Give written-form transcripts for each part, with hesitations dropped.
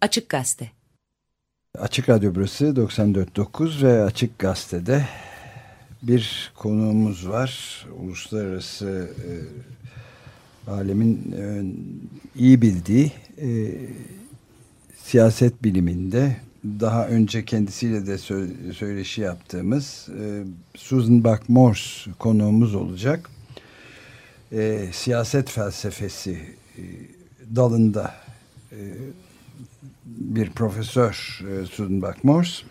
Açık Gazete. Açık Radyo burası 94.9 ve Açık Gazete'de bir konuğumuz var. Uluslararası alemin iyi bildiği siyaset biliminde daha önce kendisiyle de söyleşi yaptığımız Susan Buck-Morss konuğumuz olacak. Siyaset felsefesi dalında bir profesör Susan Buck-Morss,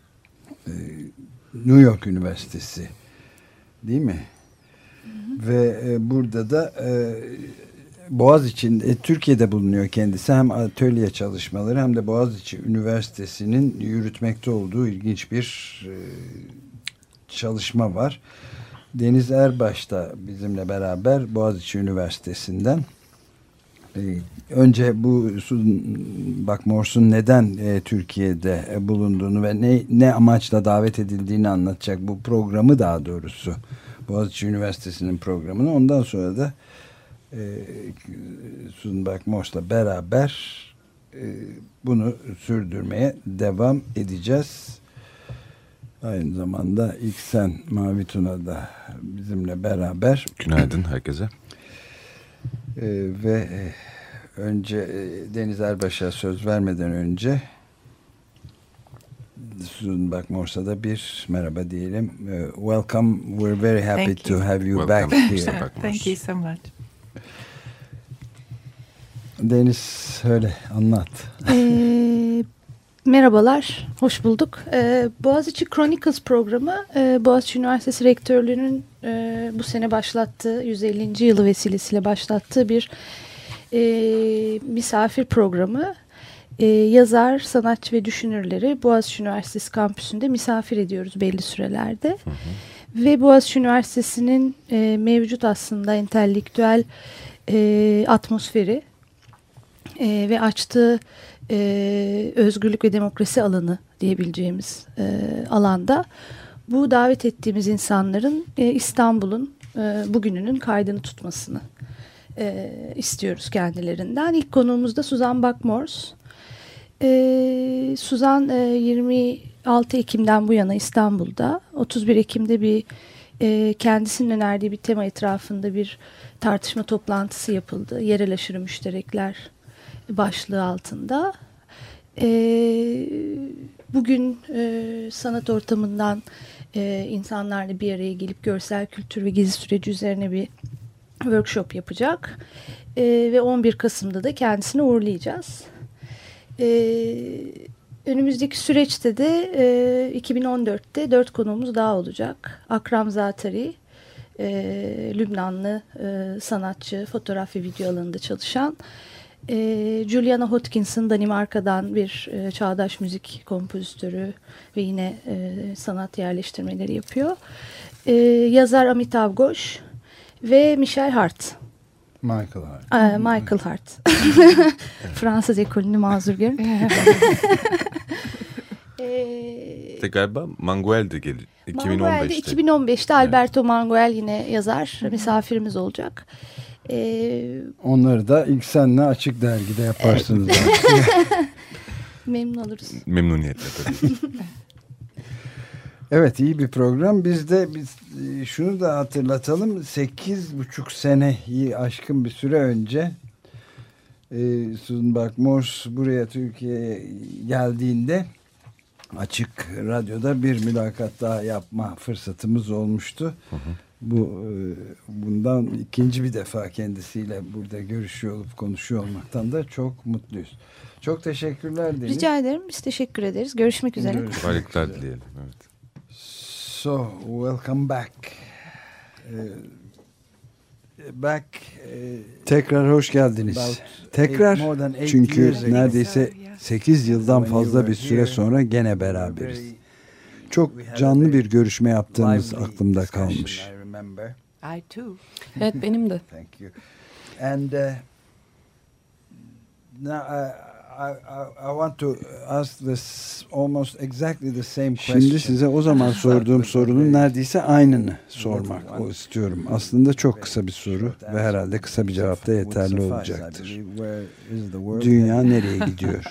New York Üniversitesi değil mi? Hı hı. Ve burada da Boğaziçi'nde Türkiye'de bulunuyor kendisi. Hem atölye çalışmaları hem de Boğaziçi Üniversitesi'nin yürütmekte olduğu ilginç bir çalışma var. Deniz Erbaş da bizimle beraber Boğaziçi Üniversitesi'nden. Önce bu Buck-Morss'un neden Türkiye'de bulunduğunu ve ne amaçla davet edildiğini anlatacak, bu programı daha doğrusu Boğaziçi Üniversitesi'nin programını. Ondan sonra da Susan Buck-Morss'la beraber bunu sürdürmeye devam edeceğiz. Aynı zamanda İksen Mavi Tuna da bizimle beraber. Günaydın herkese. Ve önce Deniz Erbaş'a söz vermeden önce Susan Buck-Morss'a da bir merhaba diyelim. Welcome. We're very happy to have you back here. Thank you so much. Deniz söyle, anlat. Merhabalar, hoş bulduk. Boğaziçi Chronicles programı Boğaziçi Üniversitesi Rektörlüğü'nün bu sene başlattığı 150. yılı vesilesiyle başlattığı bir misafir programı. Yazar, sanatçı ve düşünürleri Boğaziçi Üniversitesi kampüsünde misafir ediyoruz belli sürelerde. Hı hı. Ve Boğaziçi Üniversitesi'nin mevcut aslında entelektüel atmosferi ve açtığı özgürlük ve demokrasi alanı diyebileceğimiz alanda bu davet ettiğimiz insanların İstanbul'un bugününün kaydını tutmasını istiyoruz kendilerinden. İlk konuğumuz da Susan Buck-Morss. Susan 26 Ekim'den bu yana İstanbul'da, 31 Ekim'de bir kendisinin önerdiği bir tema etrafında bir tartışma toplantısı yapıldı. Yerel aşırı müşterekler başlığı altında. Bugün sanat ortamından insanlarla bir araya gelip görsel kültür ve gezi süreci üzerine bir workshop yapacak. Ve 11 Kasım'da da kendisini uğurlayacağız. Önümüzdeki süreçte de 2014'te 4 konuğumuz daha olacak. Akram Zatari, Lübnanlı sanatçı, fotoğraf ve video alanında çalışan. Juliana Hodgkinson, Danimarka'dan bir çağdaş müzik kompozitörü ve yine sanat yerleştirmeleri yapıyor. Yazar Amitav Ghosh ve Michel Hart. Michael Hart. Fransız ekolünü mazur görün. Galiba Manguel de gelir. 2015'te Alberto Manguel yine yazar. Misafirimiz olacak. Onları da İksen'le Açık Dergi'de yaparsınız. Memnun oluruz. Memnuniyetle tabii. Evet, iyi bir program. Biz şunu da hatırlatalım. 8,5 seneyi aşkın bir süre önce Susan Buck-Morss buraya Türkiye'ye geldiğinde Açık Radyo'da bir mülakat daha yapma fırsatımız olmuştu. Hı hı. Bundan ikinci bir defa kendisiyle burada görüşüyor olup konuşuyor olmaktan da çok mutluyuz. Çok teşekkürler Deniz. Rica ederim. Biz teşekkür ederiz. Görüşmek üzere. Kolaylıklar dileyelim. Evet. So, welcome back. Tekrar hoş geldiniz. Tekrar, çünkü neredeyse 8 yıldan fazla bir süre sonra gene beraberiz. Çok canlı bir görüşme yaptığımız aklımda kalmış. I too. Evet, benim de. Thank you. And now I want to ask this almost exactly the same question. Şimdi size o zaman sorduğum sorunun neredeyse aynını sormak istiyorum. Aslında çok kısa bir soru ve herhalde kısa bir cevap da yeterli olacaktır. Dünya nereye gidiyor?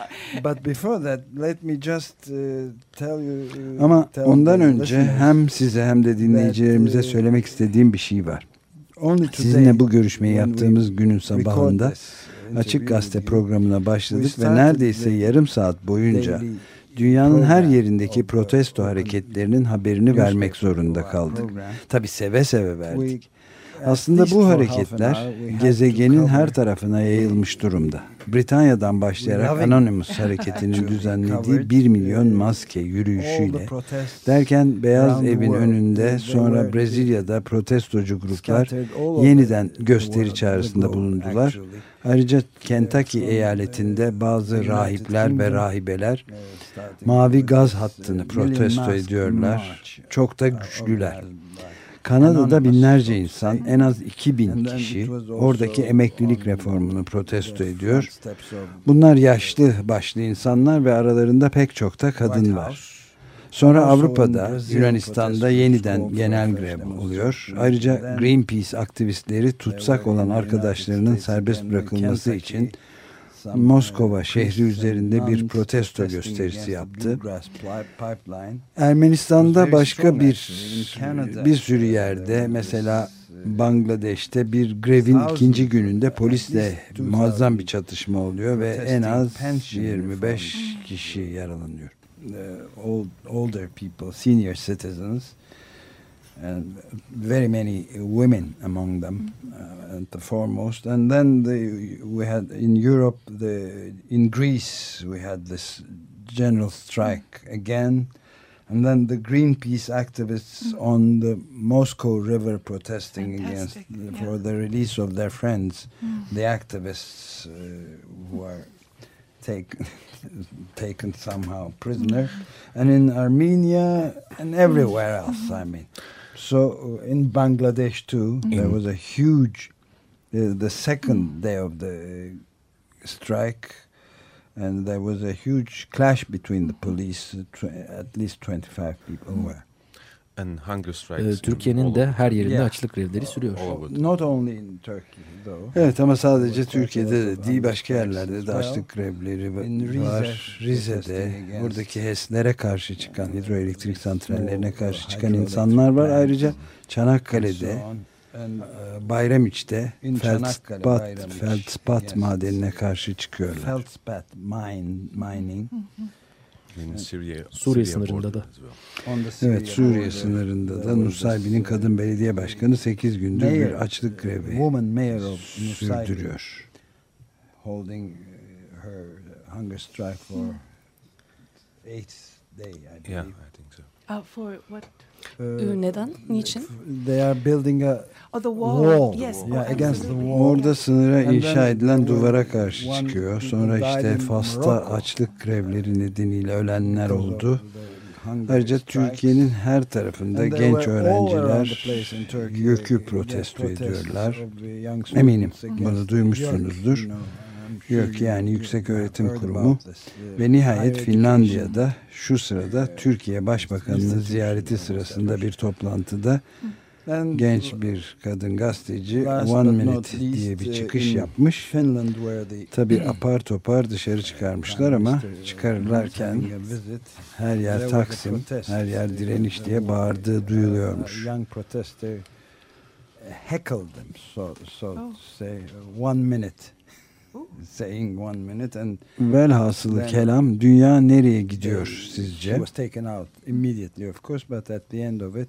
But before that, let me just tell you. Ama ondan önce hem size hem de dinleyicilerimize söylemek istediğim bir şey var. Sizinle bu görüşmeyi yaptığımız günün sabahında Açık Gazete programına başladık ve neredeyse yarım saat boyunca dünyanın her yerindeki protesto hareketlerinin haberini vermek zorunda kaldık. Tabii seve seve verdik. Aslında bu hareketler gezegenin her tarafına yayılmış durumda. Britanya'dan başlayarak Anonymous hareketinin düzenlediği 1 milyon maske yürüyüşüyle derken Beyaz Evin önünde, sonra Brezilya'da protestocu gruplar yeniden gösteri çağrısında bulundular. Ayrıca Kentucky eyaletinde bazı rahipler ve rahibeler mavi gaz hattını protesto ediyorlar. Çok da güçlüler. Kanada'da binlerce insan, en az 2000 kişi oradaki emeklilik reformunu protesto ediyor. Bunlar yaşlı başlı insanlar ve aralarında pek çok da kadın var. Sonra Avrupa'da, Yunanistan'da yeniden genel grev oluyor. Ayrıca Greenpeace aktivistleri tutsak olan arkadaşlarının serbest bırakılması için Moskova şehri üzerinde bir protesto gösterisi yaptı. Ermenistan'da başka bir sürü yerde, mesela Bangladeş'te bir grevin ikinci gününde polisle muazzam bir çatışma oluyor ve en az 25 kişi yaralanıyor. Older people, senior citizens, and very many women among them, at the foremost. And then we had in Europe, in Greece, we had this general strike again. And then the Greenpeace activists on the Moscow River protesting for the release of their friends, the activists who are taken somehow prisoner, and in Armenia and everywhere else, I mean. So in Bangladesh too, there was a huge, the second day of the strike, and there was a huge clash between the police. At least 25 people were. Türkiye'nin de her yerinde açlık grevleri sürüyor. Not only in Turkey though. Evet, ama sadece Türkiye'de de değil, başka yerlerde de açlık grevleri var. Rize'de, buradaki HES'lere karşı çıkan, hidroelektrik santrallerine karşı çıkan insanlar var. Ayrıca Çanakkale'de, Bayramiç'te feldspat madenine karşı çıkıyorlar. Feldspat mining. Suriye sınırında da. Evet, Suriye sınırında da Nusaybin'in kadın belediye başkanı 8 gündür bir açlık grevi sürdürüyor. Holding her hunger strike for 8th day, I believe. Yeah, I think so. For what? Neden? Niçin? They are building a wall. Yes. Yeah, against the wall. Orada sınıra inşa edilen duvara karşı çıkıyor. Sonra işte Fas'ta açlık grevleri nedeniyle ölenler oldu. Ayrıca Türkiye'nin her tarafında genç öğrenciler YÖK'ü protesto ediyorlar. Eminim bunu duymuşsunuzdur. YÖK, yani Yüksek Öğretim Kurumu, ve nihayet Finlandiya'da şu sırada Türkiye Başbakanı'nın ziyareti sırasında bir toplantıda genç bir kadın gazeteci One Minute diye bir çıkış yapmış. Tabii apar topar dışarı çıkarmışlar ama çıkarırlarken her yer Taksim, her yer direniş diye bağırdığı duyuluyormuş. Heckled them, so to say, 1 minute. Saying 1 minute and velhasılı kelam, dünya nereye gidiyor sizce? She was taken out immediately, of course, but at the end of it,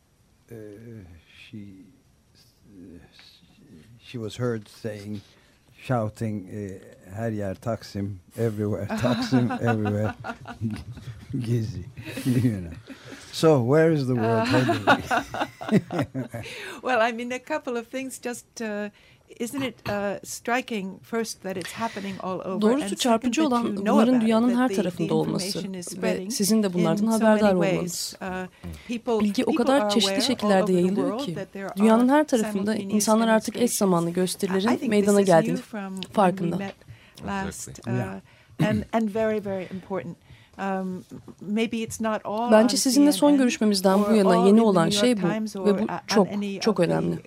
she was heard saying, shouting, her yer Taksim, everywhere Taksim, everywhere Gezi. You know. So where is the world heading? Well, I mean, a couple of things. Just isn't it striking first that it's happening all over? Doğrusu çarpıcı olan bunların dünyanın her tarafında olması ve sizin de bunlardan haberdar olmanız. Bilgi o kadar çeşitli şekillerde yayılıyor ki dünyanın her tarafında insanlar artık eş zamanlı gösterilerin meydana geldiğini farkında. And very, very important. Bence sizinle son görüşmemizden bu yana yeni olan şey bu ve bu çok çok önemli.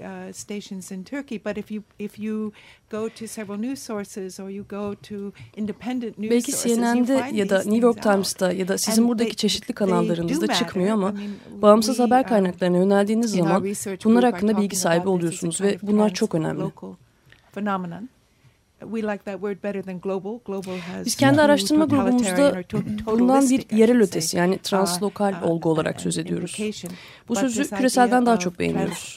Belki CNN'de ya da New York Times'ta ya da sizin buradaki çeşitli kanallarınızda çıkmıyor ama bağımsız haber kaynaklarına yöneldiğiniz zaman bunlar hakkında bilgi sahibi oluyorsunuz ve bunlar çok önemli. Biz kendi araştırma grubumuzda bundan bir yerel ötesi yani translokal olgu olarak söz ediyoruz. Bu sözü küreselden daha çok beğeniyoruz.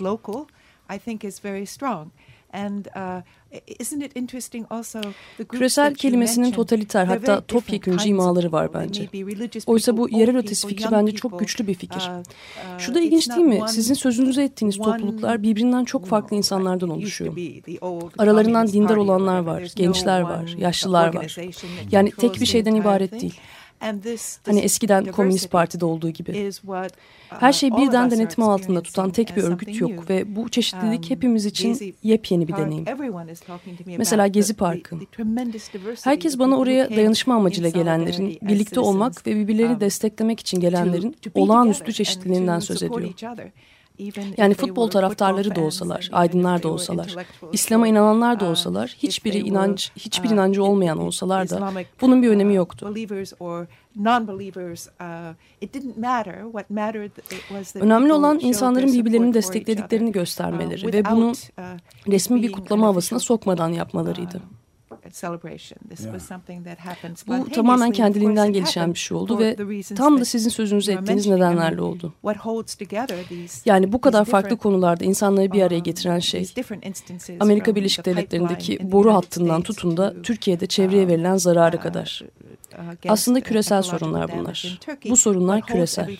Küresel kelimesinin totaliter hatta topyekûncu imaları var bence. Oysa bu yerel ötesi fikri bence çok güçlü bir fikir. Şu da ilginç değil mi? Sizin sözünüzü ettiğiniz topluluklar birbirinden çok farklı insanlardan oluşuyor. Aralarından dindar olanlar var, gençler var, yaşlılar var. Yani tek bir şeyden ibaret değil. Hani eskiden Komünist Parti'de olduğu gibi. Her şeyi birden denetimi altında tutan tek bir örgüt yok ve bu çeşitlilik hepimiz için yepyeni bir deneyim. Mesela Gezi Parkı. Herkes bana oraya dayanışma amacıyla gelenlerin, birlikte olmak ve birbirlerini desteklemek için gelenlerin olağanüstü çeşitliliğinden söz ediyor. Yani futbol taraftarları da olsalar, aydınlar da olsalar, İslam'a inananlar da olsalar, hiçbir inancı olmayan olsalar da bunun bir önemi yoktu. Önemli olan insanların birbirlerini desteklediklerini göstermeleri ve bunu resmi bir kutlama havasına sokmadan yapmalarıydı. Bu tamamen kendiliğinden gelişen bir şey oldu ve tam da sizin sözünüzü ettiğiniz nedenlerle oldu. Yani bu kadar farklı konularda insanları bir araya getiren şey, Amerika Birleşik Devletleri'ndeki boru hattından tutun da Türkiye'de çevreye verilen zarara kadar. Aslında küresel sorunlar bunlar. Bu sorunlar küresel.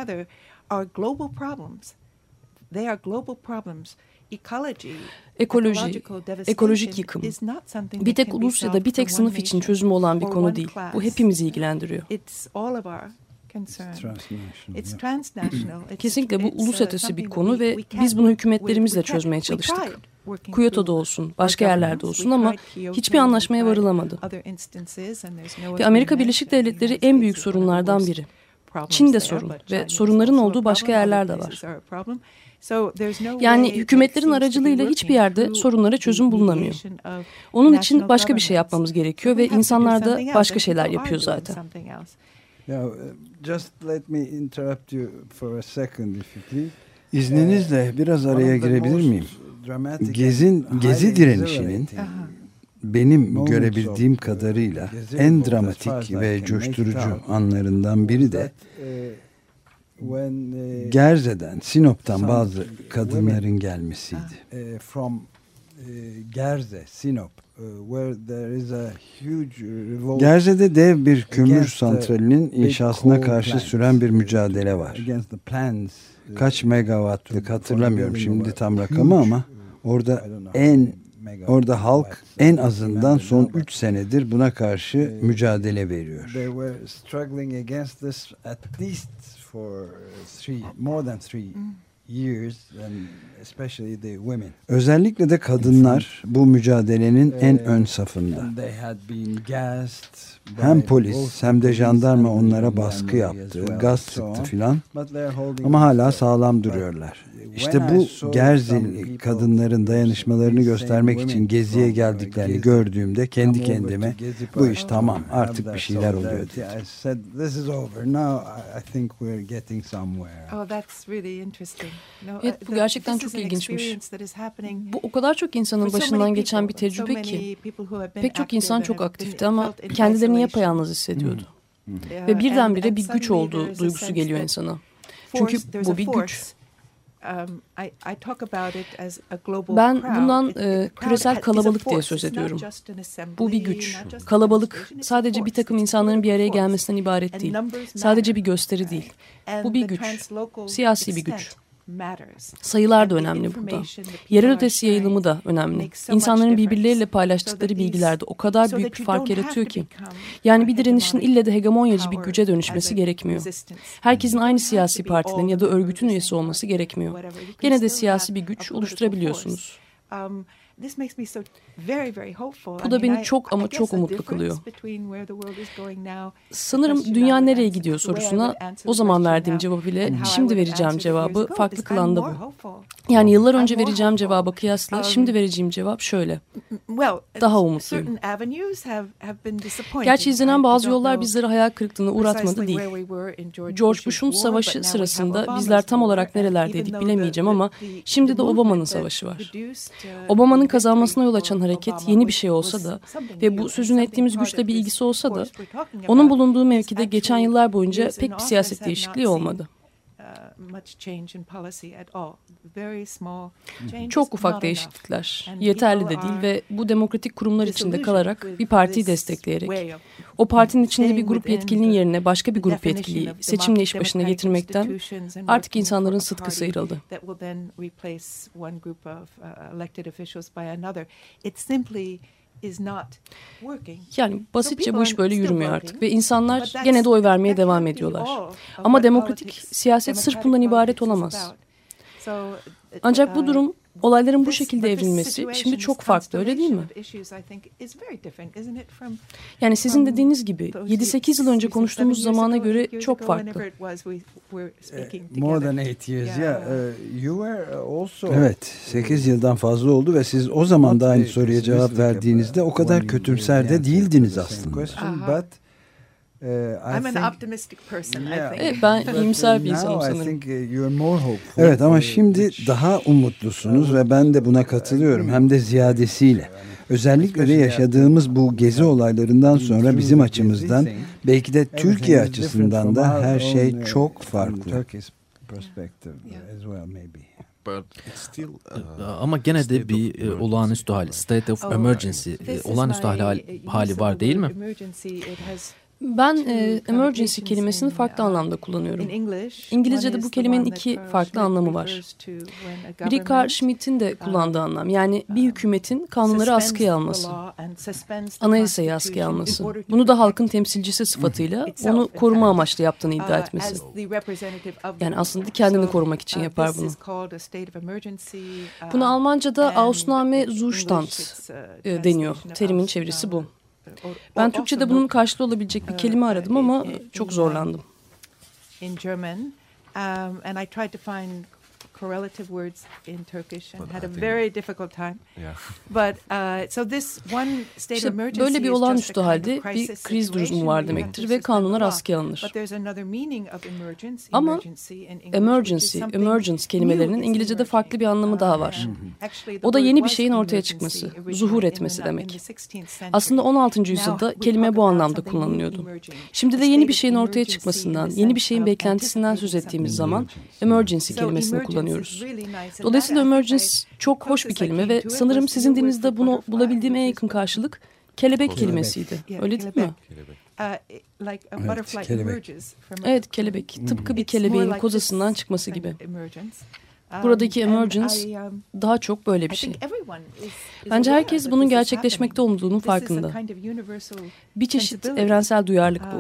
Ekoloji, ekolojik yıkım. Bir tek ulus ya da bir tek sınıf için çözüm olan bir konu değil. Bu hepimizi ilgilendiriyor. Kesinlikle bu ulus ötesi bir konu ve biz bunu hükümetlerimizle çözmeye çalıştık. Kyoto'da olsun, başka yerlerde olsun ama hiçbir anlaşmaya varılamadı. Ve Amerika Birleşik Devletleri en büyük sorunlardan biri. Çin'de sorun ve sorunların olduğu başka yerler de var. Yani hükümetlerin aracılığıyla hiçbir yerde sorunlara çözüm bulunamıyor. Onun için başka bir şey yapmamız gerekiyor ve insanlar da başka şeyler yapıyor zaten. İzninizle biraz araya girebilir miyim? Gezi direnişinin benim görebildiğim kadarıyla en dramatik ve coşturucu anlarından biri de Gerze'den, Sinop'tan bazı kadınların gelmesiydi. Gerze'de dev bir kömür santralinin inşasına karşı süren bir mücadele var. Kaç megawattlık hatırlamıyorum şimdi tam rakamı ama orada halk en azından son 3 senedir buna karşı mücadele veriyor. Özellikle de kadınlar bu mücadelenin en ön safında. Hem polis hem de jandarma onlara baskı yaptı, gaz sıktı filan ama hala sağlam duruyorlar. İşte bu Gerzeli kadınların dayanışmalarını göstermek için Gezi'ye geldiklerini gördüğümde kendi kendime bu iş tamam artık bir şeyler oluyor dedim. Evet, bu gerçekten çok ilginçmiş. Bu o kadar çok insanın başından geçen bir tecrübe ki pek çok insan çok aktifti ama kendilerini yapayalnız hissediyordu. Ve birdenbire bir güç olduğu duygusu geliyor insana. Çünkü bu bir güç. Ben bundan küresel kalabalık diye söz ediyorum. Bu bir güç. Kalabalık sadece bir takım insanların bir araya gelmesinden ibaret değil. Sadece bir gösteri değil. Bu bir güç. Siyasi bir güç. Sayılar da önemli burada. Yerel ötesi yayılımı da önemli. İnsanların birbirleriyle paylaştıkları bilgilerde o kadar büyük bir fark yaratıyor ki. Yani bir direnişin ille de hegemonyacı bir güce dönüşmesi gerekmiyor. Herkesin aynı siyasi partinin ya da örgütün üyesi olması gerekmiyor. Gene de siyasi bir güç oluşturabiliyorsunuz. Bu da beni çok ama çok umutlu kılıyor. Sanırım dünya nereye gidiyor sorusuna o zaman verdiğim cevap ile şimdi vereceğim cevabı farklı kılan da bu. Yani yıllar önce vereceğim cevaba kıyasla şimdi vereceğim cevap şöyle. Daha umutluyum. Gerçi izlenen bazı yollar bizleri hayal kırıklığına uğratmadı değil. George Bush'un savaşı sırasında bizler tam olarak nerelerdeydik bilemeyeceğim ama şimdi de Obama'nın savaşı var. Obama'nın kazanmasına yol açan hareket yeni bir şey olsa da ve bu sözünü ettiğimiz güçle bir ilgisi olsa da onun bulunduğu mevkide geçen yıllar boyunca pek bir siyaset değişikliği olmadı. Çok ufak değişiklikler, yeterli de değil ve bu demokratik kurumlar içinde kalarak bir partiyi destekleyerek, o partinin içinde bir grup yetkilinin yerine başka bir grup yetkiliyi seçimle iş başına getirmekten artık insanların sıtkı sıyrıldı. Yani basitçe bu iş böyle yürümüyor artık ve insanlar gene de oy vermeye devam ediyorlar. Ama demokratik siyaset sırf bundan ibaret olamaz. Ancak bu durum, olayların bu şekilde evrilmesi şimdi çok farklı, öyle değil mi? Yani sizin dediğiniz gibi 7-8 yıl önce konuştuğumuz zamana göre çok farklı. More than 8 years, yeah. You were also... Evet, 8 yıldan fazla oldu ve siz o zaman da aynı soruya cevap verdiğinizde o kadar kötümser de değildiniz aslında. I'm an optimistic person, I think. Evet, ben iyimser bir insanım sanırım. Evet ama şimdi daha umutlusunuz ve ben de buna katılıyorum. Hem de ziyadesiyle. Özellikle de yaşadığımız bu gezi olaylarından sonra bizim açımızdan, belki de Türkiye açısından da her şey çok farklı. Ama gene de bir olağanüstü hali, state of emergency, olağanüstü hali var değil mi? Ben emergency kelimesini farklı anlamda kullanıyorum. İngilizce'de bu kelimenin iki farklı anlamı var. Biri Carl Schmitt'in de kullandığı anlam. Yani bir hükümetin kanunları askıya alması, anayasayı askıya alması. Bunu da halkın temsilcisi sıfatıyla onu koruma amaçlı yaptığını iddia etmesi. Yani aslında kendini korumak için yapar bunu. Buna Almanca'da Ausnahmezustand deniyor. Terimin çevirisi bu. Ben Türkçe'de bunun karşılığı olabilecek bir kelime aradım ama çok zorlandım. In German, and I tried to find correlative words in Turkish and had a very difficult time. But so this one state of emergency, böyle bir olağanüstü halde bir kriz durumu var demektir ve kanunlar askıya alınır. Ama emergency kelimelerinin İngilizce'de farklı bir anlamı daha var. O da yeni bir şeyin ortaya çıkması, zuhur etmesi demek. Aslında 16. yüzyılda kelime bu anlamda kullanılıyordu. Şimdi de yeni bir şeyin ortaya çıkmasından, yeni bir şeyin beklentisinden söz ettiğimiz zaman emergency kelimesini kullanıyoruz. Dolayısıyla emergency çok hoş bir kelime ve sanırım sizin dilinizde bunu bulabildiğim en yakın karşılık kelebek kelimesiydi. Öyle değil mi? Evet, kelebek. Evet, kelebek. Tıpkı bir kelebeğin kozasından çıkması gibi. Buradaki emergence daha çok böyle bir şey. Bence herkes bunun gerçekleşmekte olduğunun farkında. Bir çeşit evrensel duyarlılık bu.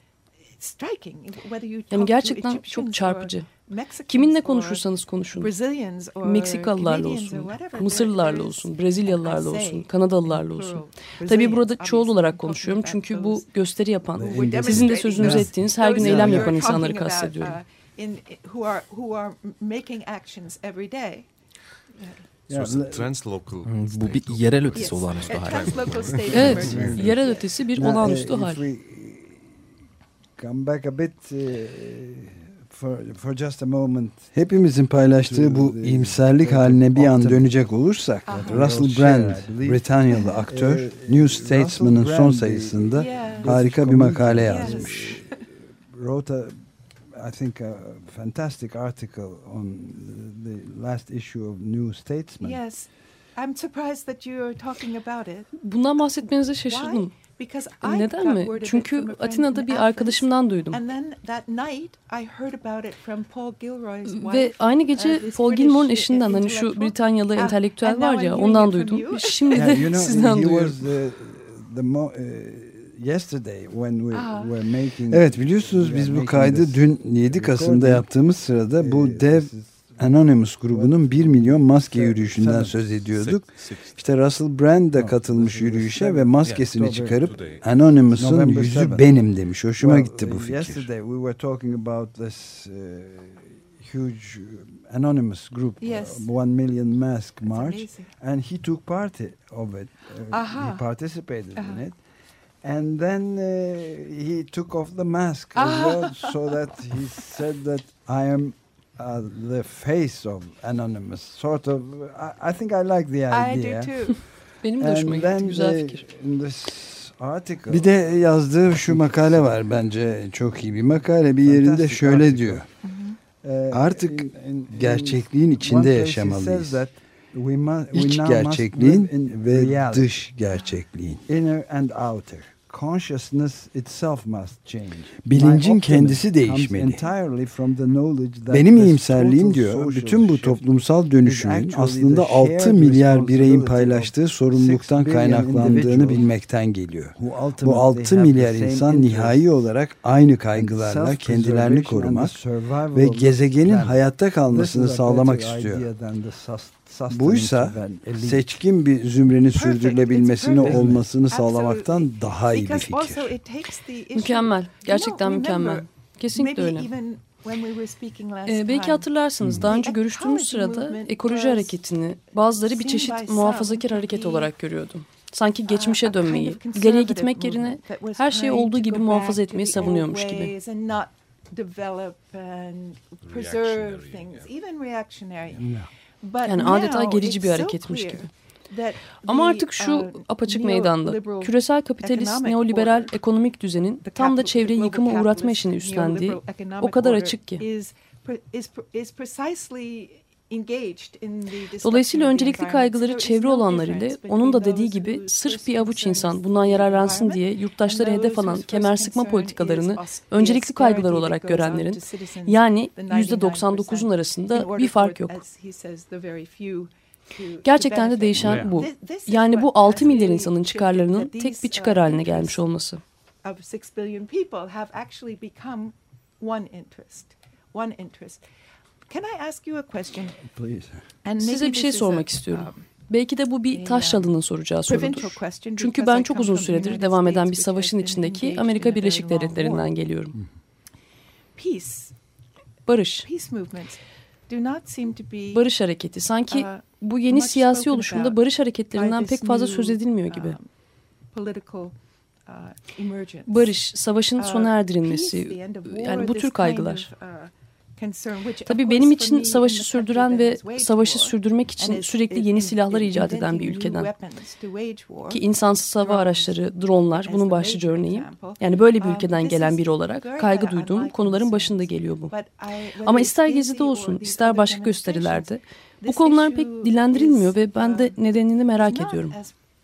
Yani gerçekten çok çarpıcı. Kiminle konuşursanız konuşun, Meksikalılarla olsun, Mısırlılarla olsun, Brezilyalılarla olsun, Kanadalılarla olsun. Tabii burada çoğul olarak konuşuyorum çünkü bu gösteri yapan, sizin de sözünüzü ettiğiniz her gün eylem yapan insanları kastediyorum. Bu bir yerel ötesi olağanüstü hal. Evet, yerel ötesi bir olağanüstü hal. Come back a bit for just a moment. Hepimizin paylaştığı bu iyimserlik haline bir an dönecek olursak, Russell Brand, Britanyalı aktör, New Statesman'ın son sayısında harika bir makale yazmış. Wrote I think a fantastic article on the last issue of New Statesman. Yes, I'm surprised that you are talking about it. Bundan bahsetmenize şaşırdım. Neden mi? Çünkü Atina'da bir arkadaşımdan duydum. Ve aynı gece Paul Gilmore'un eşinden, hani şu Britanyalı entelektüel var ya, ondan duydum. Şimdi de sizden duyuyorum. Evet, biliyorsunuz biz bu kaydı dün 7 Kasım'da yaptığımız sırada bu dev Anonymous grubunun 1 milyon maske yürüyüşünden söz ediyorduk. İşte Russell Brand da katılmış yürüyüşe ve maskesini çıkarıp Anonymous'un yüzü benim demiş. Hoşuma gitti bu fikir. Yesterday we were talking about this huge anonymous group, 1 million mask march, and he took part of it. He participated in it. And then he took off the mask as well, so that he said that I am the face of Anonymous. Sort of, I think I like the idea. I do too. Benim de hoşuma gitti. Güzel fikir. Bir de yazdığı şu makale var, bence çok iyi bir makale. Bir yerinde şöyle diyor. Artık gerçekliğin içinde yaşamalıyız. İç gerçekliğin ve dış gerçekliğin. Inner and outer. Consciousness itself must change. Bilincin kendisi değişmeli. Benim iyimserliğim diyor, bütün bu toplumsal dönüşümün aslında 6 milyar bireyin paylaştığı sorumluluktan kaynaklandığını bilmekten geliyor. Bu 6 milyar insan nihai olarak aynı kaygılarla kendilerini korumak ve gezegenin hayatta kalmasını sağlamak istiyor. Buysa seçkin bir zümrenin sürdürülebilmesini olmasını sağlamaktan daha iyi bir fikir. Mükemmel. Gerçekten mükemmel. Kesinlikle öyle. Belki hatırlarsınız, daha önce görüştüğümüz sırada ekoloji hareketini bazıları bir çeşit muhafazakar hareket olarak görüyordu. Sanki geçmişe dönmeyi, ileriye gitmek yerine her şeyi olduğu gibi muhafaza etmeyi savunuyormuş gibi. Yani adeta gerici bir hareketmiş gibi. Ama artık şu apaçık meydanda, küresel kapitalist neoliberal ekonomik düzenin tam da çevreyi yıkıma uğratma işini üstlendiği o kadar açık ki. Dolayısıyla öncelikli kaygıları çevre olanlar ile onun da dediği gibi sırf bir avuç insan bundan yararlansın diye yurttaşları hedef alan kemer sıkma politikalarını öncelikli kaygılar olarak görenlerin, yani %99'un arasında bir fark yok. Gerçekten de değişen bu. Yani bu 6 milyar insanın çıkarlarının tek bir çıkar haline gelmiş olması. Size bir şey sormak istiyorum. Belki de bu bir Taşralı'nın soracağı sorudur. Çünkü ben çok uzun süredir devam eden bir savaşın içindeki Amerika Birleşik Devletleri'nden geliyorum. Barış. Barış hareketi. Sanki bu yeni siyasi oluşumda barış hareketlerinden pek fazla söz edilmiyor gibi. Barış, savaşın sona erdirilmesi, yani bu tür kaygılar. Tabii benim için savaşı sürdüren ve savaşı sürdürmek için sürekli yeni silahlar icat eden bir ülkeden. Ki insansız hava araçları, dronlar bunun başlıca örneği. Yani böyle bir ülkeden gelen biri olarak kaygı duyduğum konuların başında geliyor bu. Ama ister gezide olsun, ister başka gösterilerde bu konular pek dillendirilmiyor ve ben de nedenini merak ediyorum.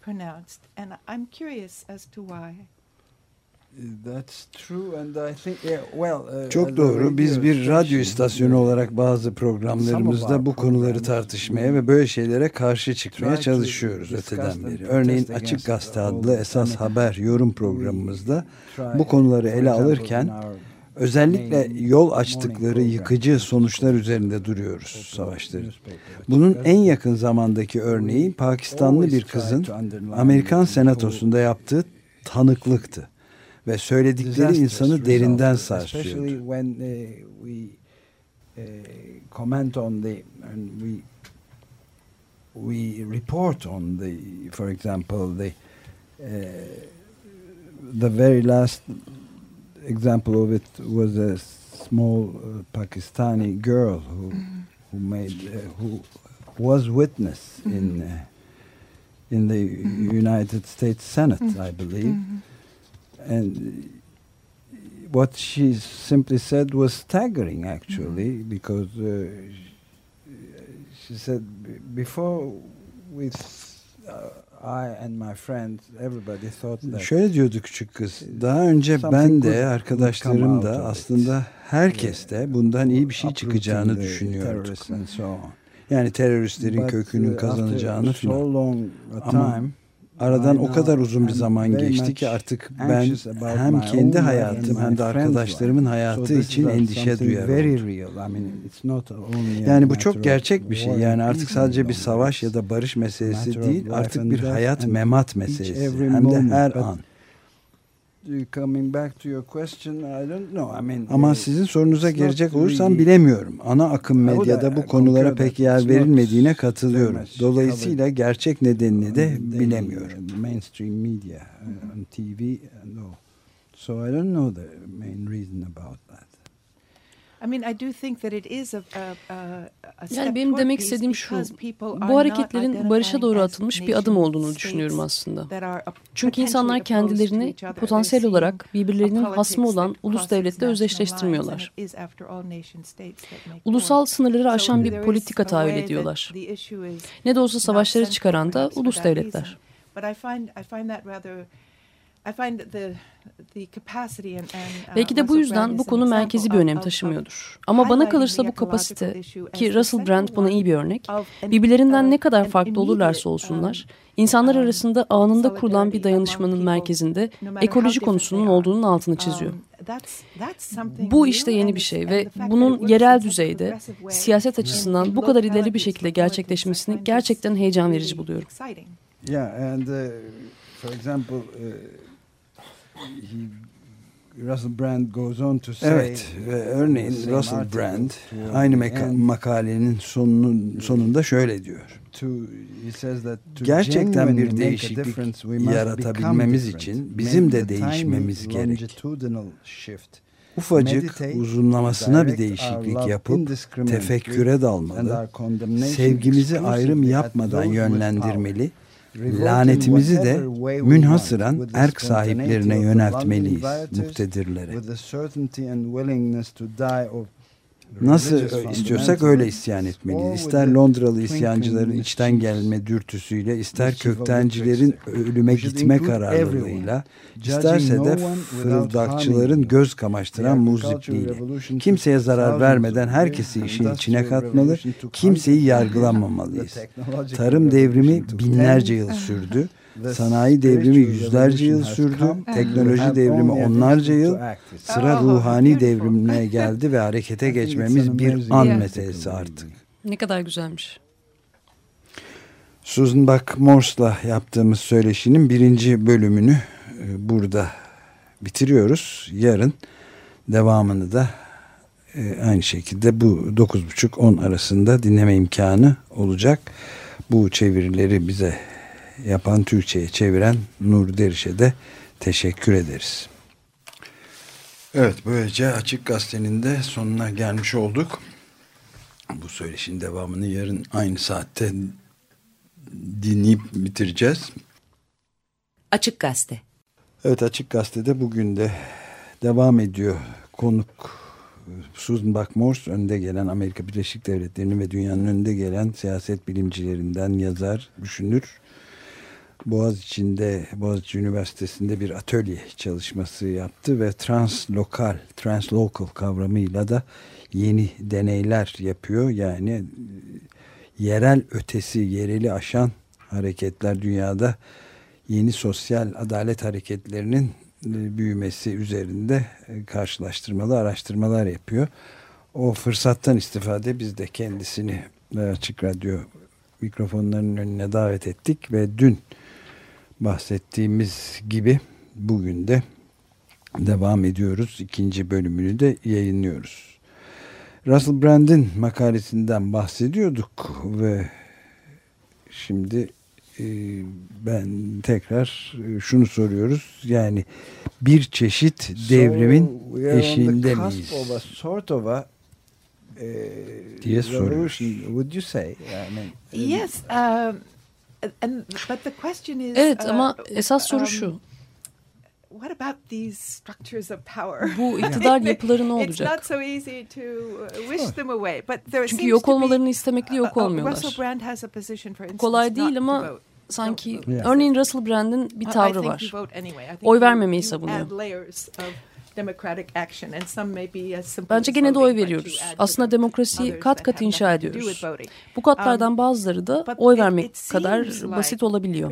Çok doğru. Biz bir radyo istasyonu olarak bazı programlarımızda bu konuları tartışmaya ve böyle şeylere karşı çıkmaya çalışıyoruz öteden beri. Örneğin Açık Gazete adlı esas haber yorum programımızda bu konuları ele alırken özellikle yol açtıkları yıkıcı sonuçlar üzerinde duruyoruz savaşların. Bunun en yakın zamandaki örneği Pakistanlı bir kızın Amerikan Senatosu'nda yaptığı tanıklıktı. Ve söyledikleri insanı derinden sarsıyordu. We report on the, for example, the very last example of it was a small Pakistani girl who was witness in the United States Senate, I believe. And what she simply said was staggering, actually, because she said, before I and my friends, everybody thought that. Şöyle diyordu küçük kız. Daha önce ben de, arkadaşlarım da, aslında herkes de bundan iyi bir şey çıkacağını düşünüyorduk. Yani teröristlerin kökünün kazanacağını falan. Aradan o kadar uzun bir zaman geçti ki artık ben hem kendi hayatım hem de arkadaşlarımın hayatı için endişe duyuyorum. Yani bu çok gerçek bir şey. Yani artık sadece bir savaş ya da barış meselesi değil, artık bir hayat memat meselesi. Hem de her an. Ama sizin sorunuza gelecek olursam bilemiyorum. Ana akım medyada bu konulara pek yer verilmediğine katılıyorum. Dolayısıyla gerçek nedenini de bilemiyorum. Mainstream media on TV, no. So I don't know the main reason about that. Yani benim demek istediğim şu, bu hareketlerin barışa doğru atılmış bir adım olduğunu düşünüyorum aslında. Çünkü insanlar kendilerini potansiyel olarak birbirlerinin hasmı olan ulus devletle özdeşleştirmiyorlar. Ulusal sınırları aşan bir politika tahayyül ediyorlar. Ne de olsa savaşları çıkaran da ulus devletler. Belki de bu yüzden bu konu merkezi bir önem taşımıyordur. Ama bana kalırsa bu kapasite, ki Russell Brand buna iyi bir örnek, birbirlerinden ne kadar farklı olurlarsa olsunlar, insanlar arasında anında kurulan bir dayanışmanın merkezinde ekoloji konusunun olduğunun altını çiziyor. Bu işte yeni bir şey ve bunun yerel düzeyde siyaset açısından bu kadar ileri bir şekilde gerçekleşmesini gerçekten heyecan verici buluyorum. For example, Russell Brand goes on to say, evet, örneğin Russell Brand aynı makalenin sonunda şöyle diyor. Gerçekten bir değişiklik yaratabilmemiz için bizim de değişmemiz gerek. Ufacık uzunlamasına bir değişiklik yapıp tefekküre dalmalı, sevgimizi ayrım yapmadan yönlendirmeli, lanetimizi de münhasıran erk sahiplerine yöneltmeliyiz, muktedirlere. Nasıl istiyorsak öyle isyan etmeliyiz. İster Londralı isyancıların içten gelme dürtüsüyle, ister köktencilerin ölüme gitme kararlılığıyla, isterse de fırıldakçıların göz kamaştıran muzipliğiyle. Kimseye zarar vermeden herkesi işin içine katmalı, kimseyi yargılamamalıyız. Tarım devrimi binlerce yıl sürdü. Sanayi devrimi yüzlerce yıl sürdü. Teknoloji devrimi onlarca yıl. Sıra ruhani devrimine geldi ve harekete geçmemiz bir an meselesi artık. Ne kadar güzelmiş. Susan Buck Morse'la yaptığımız söyleşinin 1. bölümünü burada bitiriyoruz. Yarın devamını da aynı şekilde bu 9.30-10 arasında dinleme imkanı olacak. Bu çevirileri bize yapan, Türkçe'ye çeviren Nur Deriş'e de teşekkür ederiz. Evet, böylece Açık Gazete'nin de sonuna gelmiş olduk. Bu söyleşinin devamını yarın aynı saatte dinleyip bitireceğiz. Açık Gazete. Evet, Açık Gazete'de bugün de devam ediyor. Konuk Susan Buck Morse, önde gelen Amerika Birleşik Devletleri'nin ve dünyanın önde gelen siyaset bilimcilerinden, yazar, düşünür. Boğaziçi Üniversitesi'nde bir atölye çalışması yaptı ve translocal kavramıyla da yeni deneyler yapıyor. Yani yerel ötesi, yereli aşan hareketler, dünyada yeni sosyal adalet hareketlerinin büyümesi üzerinde karşılaştırmalı araştırmalar yapıyor. O fırsattan istifade biz de kendisini Açık Radyo mikrofonlarının önüne davet ettik ve dün bahsettiğimiz gibi bugün de devam ediyoruz. 2. bölümünü de yayınlıyoruz. Russell Brand'in makalesinden bahsediyorduk ve şimdi ben tekrar şunu soruyoruz. Yani bir çeşit devrimin eşiğinde miyiz? Diye soruyoruz. Would you say? Yes. But the question is, evet, ama esas soru şu. What about these structures of power? Bu iktidar yapıları ne olacak? It's not so easy to wish them away. But there çünkü yok olmalarını istemekle yok olmuyorlar. Russell Brand has a position, for instance, kolay değil ama sanki örneğin Russell Brand'in bir tavrı var. Oy vermemeyi savunuyor. Bence gene de oy veriyoruz. Aslında demokrasiyi kat kat inşa ediyoruz. Bu katlardan bazıları da oy vermek kadar basit olabiliyor.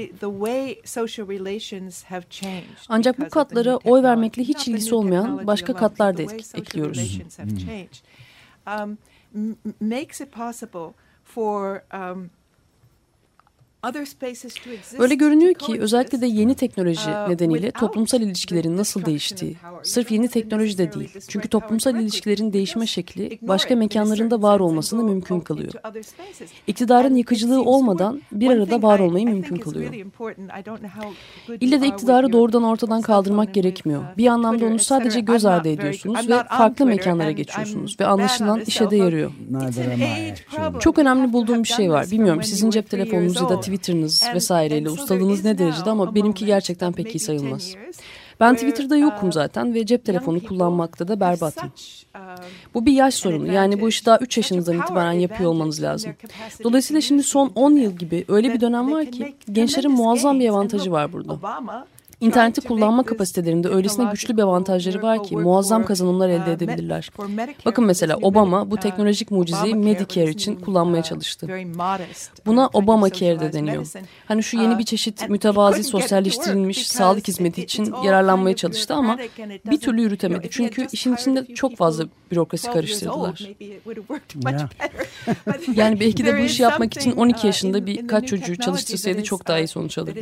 Ancak bu katlara oy vermekle hiç ilgisi olmayan başka katlar da ekliyoruz. Öyle görünüyor ki özellikle de yeni teknoloji nedeniyle toplumsal ilişkilerin nasıl değiştiği, sırf yeni teknoloji de değil. Çünkü toplumsal ilişkilerin değişme şekli başka mekanlarında var olmasını mümkün kılıyor. İktidarın yıkıcılığı olmadan bir arada var olmayı mümkün kılıyor. İlle de iktidarı doğrudan ortadan kaldırmak gerekmiyor. Bir anlamda onu sadece göz ardı ediyorsunuz ve farklı mekanlara geçiyorsunuz ve anlaşılan işe de yarıyor. Çok önemli bulduğum bir şey var. Bilmiyorum sizin cep telefonunuz ya da Twitter'ınız vesaireyle ustalığınız ne derecede ama benimki gerçekten pek iyi sayılmaz. Ben Twitter'da yokum zaten ve cep telefonu kullanmakta da berbatım. Bu bir yaş sorunu. Yani bu işi daha 3 yaşınızdan itibaren yapıyor olmanız lazım. Dolayısıyla şimdi son 10 yıl gibi öyle bir dönem var ki gençlerin muazzam bir avantajı var burada. İnterneti kullanma kapasitelerinde öylesine güçlü bir avantajları var ki muazzam kazanımlar elde edebilirler. Bakın mesela Obama bu teknolojik mucizeyi Medicare için kullanmaya çalıştı. Buna Obamacare de deniyor. Hani şu yeni bir çeşit mütevazi sosyalleştirilmiş sağlık hizmeti için yararlanmaya çalıştı ama bir türlü yürütemedi. Çünkü işin içinde çok fazla bürokrasi karıştırdılar. Yani belki de bu işi yapmak için 12 yaşında birkaç çocuğu çalıştırsaydı çok daha iyi sonuç alırdı.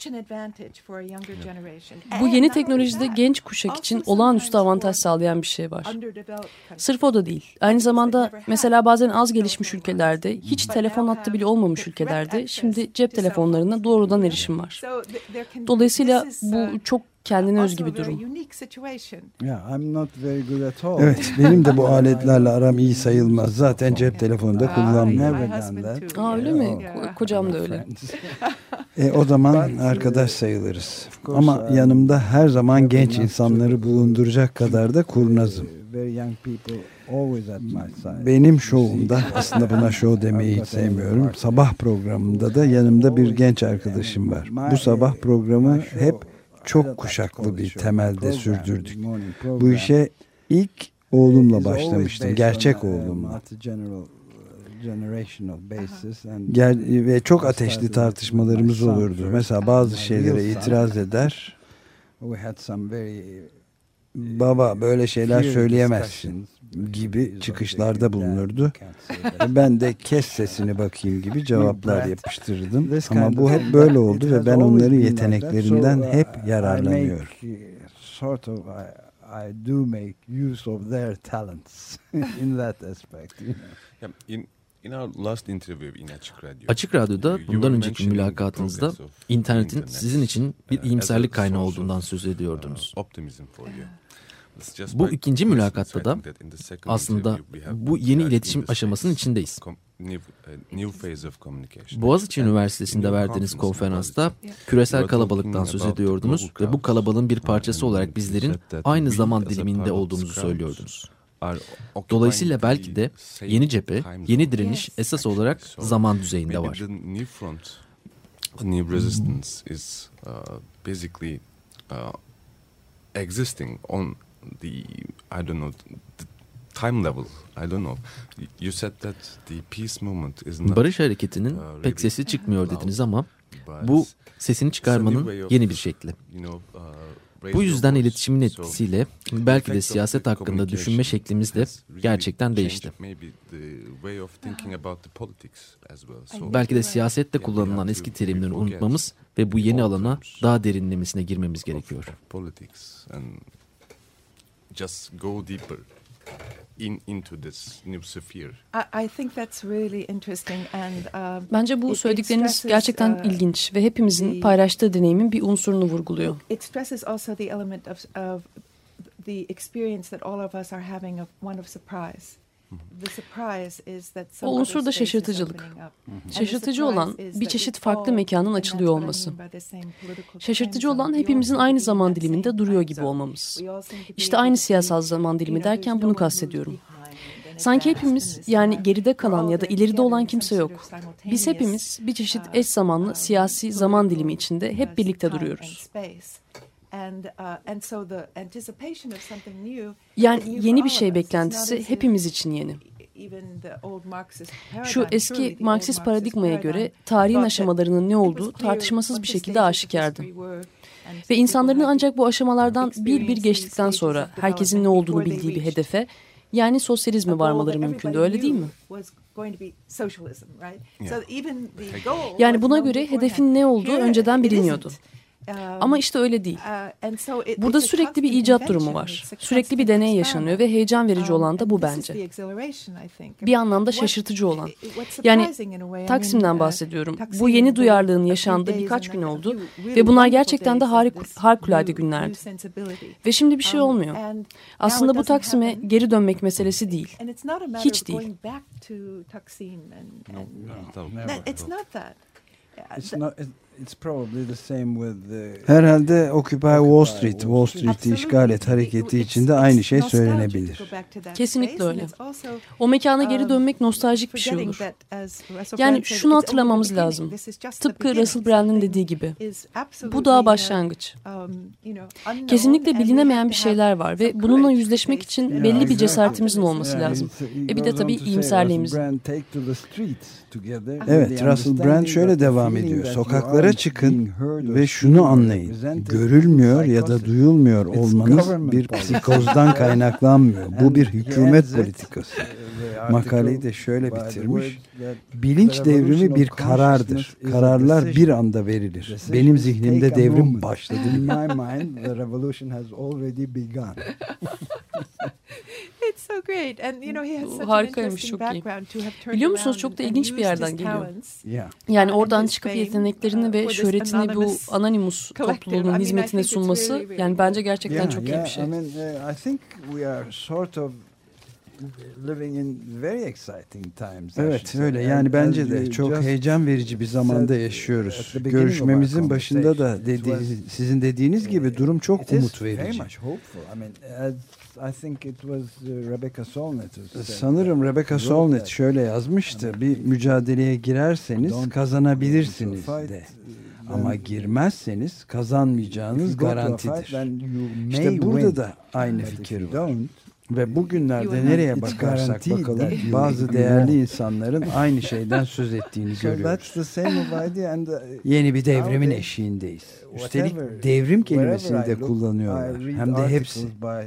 Bu yeni teknolojide genç kuşak için olağanüstü avantaj sağlayan bir şey var. Sırf o da değil. Aynı zamanda mesela bazen az gelişmiş ülkelerde, hiç telefon hattı bile olmamış ülkelerde şimdi cep telefonlarına doğrudan erişim var. Dolayısıyla bu çok kendine özgü bir durum. Evet, benim de bu aletlerle aram iyi sayılmaz. Zaten cep telefonu da kullanmıyorum. Öyle mi? Kocam da öyle. O zaman arkadaş sayılırız. Ama yanımda her zaman genç insanları bulunduracak kadar da kurnazım. Benim şovumda, aslında buna şov demeyi hiç sevmiyorum, sabah programında da yanımda bir genç arkadaşım var. Bu sabah programı hep çok kuşaklı bir temelde sürdürdük. Bu işe ilk oğlumla başlamıştım. Gerçek oğlumla. Ve çok ateşli tartışmalarımız olurdu. Mesela bazı şeylere itiraz eder. Baba böyle şeyler söyleyemezsin gibi çıkışlarda bulunurdu. Ben de kes sesini bakayım gibi cevaplar yapıştırdım. Ama bu hep böyle oldu ve ben onların yeteneklerinden hep yararlanıyorum. I do make use of their talents in that aspect. Açık Radyo'da bundan önceki mülakatınızda internetin sizin için bir iyimserlik kaynağı olduğundan söz ediyordunuz. Bu ikinci mülakatta da aslında bu yeni iletişim aşamasının içindeyiz. Boğaziçi Üniversitesi'nde verdiğiniz konferansta küresel kalabalıktan söz ediyordunuz ve bu kalabalığın bir parçası olarak bizlerin aynı zaman diliminde olduğumuzu söylüyordunuz. Dolayısıyla belki de yeni cephe, yeni direniş esas olarak zaman düzeyinde var. New resistance is basically existing on the I don't know the time level. I don't know. You said that the peace movement is not. Barış hareketinin pek sesi çıkmıyor dediniz ama bu sesini çıkarmanın yeni bir şekli. Bu yüzden iletişimin etkisiyle belki de siyaset hakkında düşünme şeklimiz de gerçekten değişti. Belki de siyasette kullanılan eski terimleri unutmamız ve bu yeni alana daha derinlemesine girmemiz gerekiyor. Bence bu söyledikleriniz gerçekten ilginç ve hepimizin paylaştığı deneyimin bir unsurunu vurguluyor. O unsur da şaşırtıcılık. Şaşırtıcı olan bir çeşit farklı mekanın açılıyor olması. Şaşırtıcı olan hepimizin aynı zaman diliminde duruyor gibi olmamız. İşte aynı siyasal zaman dilimi derken bunu kastediyorum. Sanki hepimiz, yani geride kalan ya da ileride olan kimse yok. Biz hepimiz bir çeşit eş zamanlı siyasi zaman dilimi içinde hep birlikte duruyoruz. Yani yeni bir şey beklentisi hepimiz için yeni. Şu eski Marksist paradigmaya göre tarihin aşamalarının ne olduğu tartışmasız bir şekilde aşikardı. Ve insanların ancak bu aşamalardan bir bir geçtikten sonra herkesin ne olduğunu bildiği bir hedefe, yani sosyalizme varmaları mümkündü, öyle değil mi? Yani buna göre hedefin ne olduğu önceden biliniyordu. Ama işte öyle değil. Burada sürekli bir icat durumu var. Sürekli bir deney yaşanıyor ve heyecan verici olan da bu bence. Bir anlamda şaşırtıcı olan. Yani Taksim'den bahsediyorum. Bu yeni duyarlılığın yaşandığı birkaç gün oldu ve bunlar gerçekten de harikulade günlerdi. Ve şimdi bir şey olmuyor. Aslında bu Taksim'e geri dönmek meselesi değil. Hiç değil. Herhalde Occupy Wall Street'i işgal et hareketi içinde aynı şey söylenebilir. Kesinlikle öyle. O mekana geri dönmek nostaljik bir şey olur. Yani şunu hatırlamamız lazım. Tıpkı Russell Brand'in dediği gibi. Bu daha başlangıç. Kesinlikle bilinemeyen bir şeyler var ve bununla yüzleşmek için belli bir cesaretimizin olması lazım. Bir de tabii iyimserliğimizin. Evet, Russell Brand şöyle devam ediyor. Sokaklara çıkın ve şunu anlayın. Görülmüyor ya da duyulmuyor olmanız bir psikozdan kaynaklanmıyor. Bu bir hükümet politikası. Makaleyi de şöyle bitirmiş. Bilinç devrimi bir karardır. Kararlar bir anda verilir. Benim zihnimde devrim başladı. Harikaymış, çok iyi. Biliyor musunuz, çok da ilginç bir yerden geliyor. Yani oradan çıkıp yeteneklerini ve şöhretini bu Anonymous topluluğunun hizmetine sunması, yani bence gerçekten çok iyi bir şey. Evet, öyle. Yani bence de çok heyecan verici bir zamanda yaşıyoruz. Görüşmemizin başında da sizin dediğiniz gibi durum çok umut verici. Sanırım Rebecca Solnit şöyle yazmıştı. Bir mücadeleye girerseniz kazanabilirsiniz de. Ama girmezseniz kazanmayacağınız garantidir. İşte burada da aynı fikir var. Ve bugünlerde nereye bakarsak bakalım bazı değerli insanların aynı şeyden söz ettiğini görüyoruz. Yeni bir devrimin eşiğindeyiz. Üstelik devrim kelimesini de kullanıyorlar. Hem de hepsi.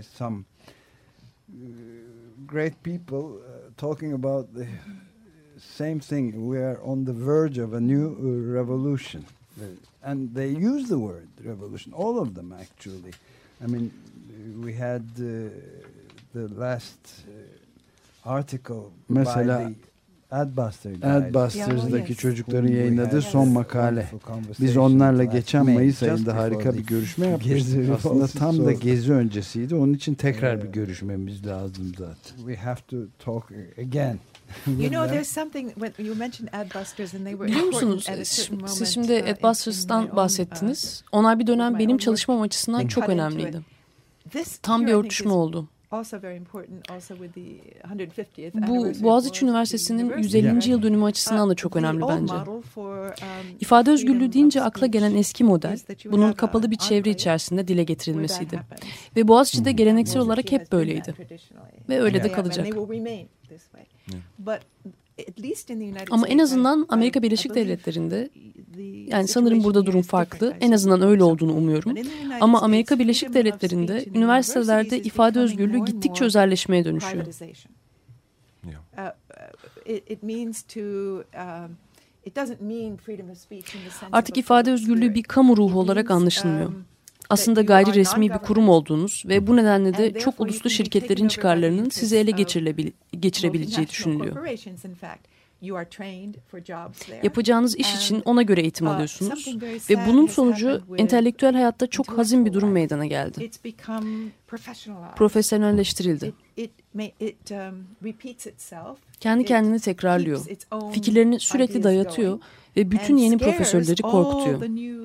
Great people talking about the same thing. We are on the verge of a new revolution. And they use the word revolution, all of them actually. I mean, we had the last article mesela Adbusters'daki çocukların yayınladığı son makale. Biz onlarla geçen Mayıs ayında harika bir görüşme yaptık. Aslında tam da gezi öncesiydi. Onun için tekrar bir görüşmemiz lazım zaten. We have to talk again. Biliyor musunuz, siz şimdi Adbusters'tan bahsettiniz. Onlar bir dönem benim çalışmam açısından çok önemliydi. Tam bir örtüşme oldu. Bu Boğaziçi Üniversitesi'nin 150. yıl dönümü açısından da çok önemli bence. İfade özgürlüğü deyince akla gelen eski model, bunun kapalı bir çevre içerisinde dile getirilmesiydi. Ve Boğaziçi'de geleneksel olarak hep böyleydi. Ve öyle de kalacak. Ama en azından Amerika Birleşik Devletleri'nde, yani sanırım burada durum farklı, en azından öyle olduğunu umuyorum. Ama Amerika Birleşik Devletleri'nde üniversitelerde ifade özgürlüğü gittikçe özelleşmeye dönüşüyor. Artık ifade özgürlüğü bir kamu ruhu olarak anlaşılmıyor. Aslında gayri resmi bir kurum olduğunuz ve bu nedenle de çok uluslu şirketlerin çıkarlarının sizi ele geçirebileceği düşünülüyor. Yapacağınız iş için ona göre eğitim alıyorsunuz ve bunun sonucu entelektüel hayatta çok hazin bir durum meydana geldi. Profesyonelleştirildi. Kendi kendini tekrarlıyor. Fikirlerini sürekli dayatıyor ve bütün yeni profesörleri korkutuyor.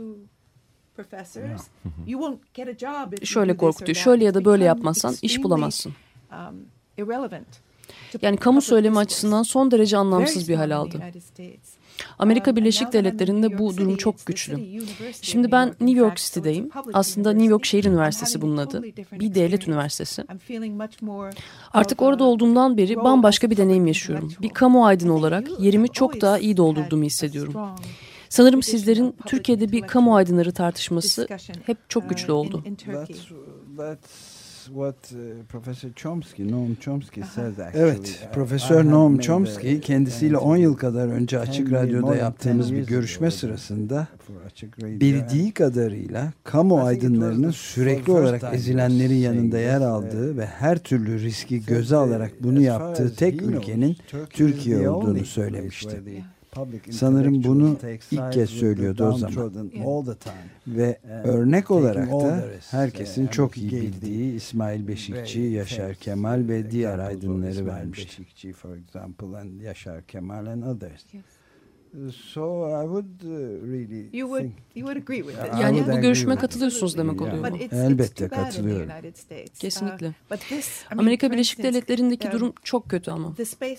Şöyle korkutuyor. Şöyle ya da böyle yapmazsan iş bulamazsın. Yani kamu söylemi açısından son derece anlamsız bir hal aldı. Amerika Birleşik Devletleri'nde bu durum çok güçlü. Şimdi ben New York City'deyim. Aslında New York Şehir Üniversitesi bunun adı. Bir devlet üniversitesi. Artık orada olduğumdan beri bambaşka bir deneyim yaşıyorum. Bir kamu aydını olarak yerimi çok daha iyi doldurduğumu hissediyorum. Sanırım sizlerin Türkiye'de bir kamu aydınları tartışması hep çok güçlü oldu. Noam Chomsky says actually. Evet, Profesör Noam Chomsky kendisiyle 10 yıl kadar önce Açık Radyo'da yaptığımız bir görüşme sırasında bildiği kadarıyla kamu aydınlarının sürekli olarak ezilenlerin yanında yer aldığı ve her türlü riski göze alarak bunu yaptığı tek ülkenin Türkiye olduğunu söylemişti. Sanırım bunu ilk kez söylüyordu o zaman. Ve örnek olarak da herkesin çok iyi bildiği İsmail Beşikçi, Yaşar Kemal ve diğer aydınları vermişti. Yaşar Kemal and others. So I would really you would agree with it. Yani bu görüşme katılıyorsunuz demek oluyor. Elbette katılıyorum. Kesinlikle. Amerika Birleşik Devletleri'ndeki durum çok kötü ama.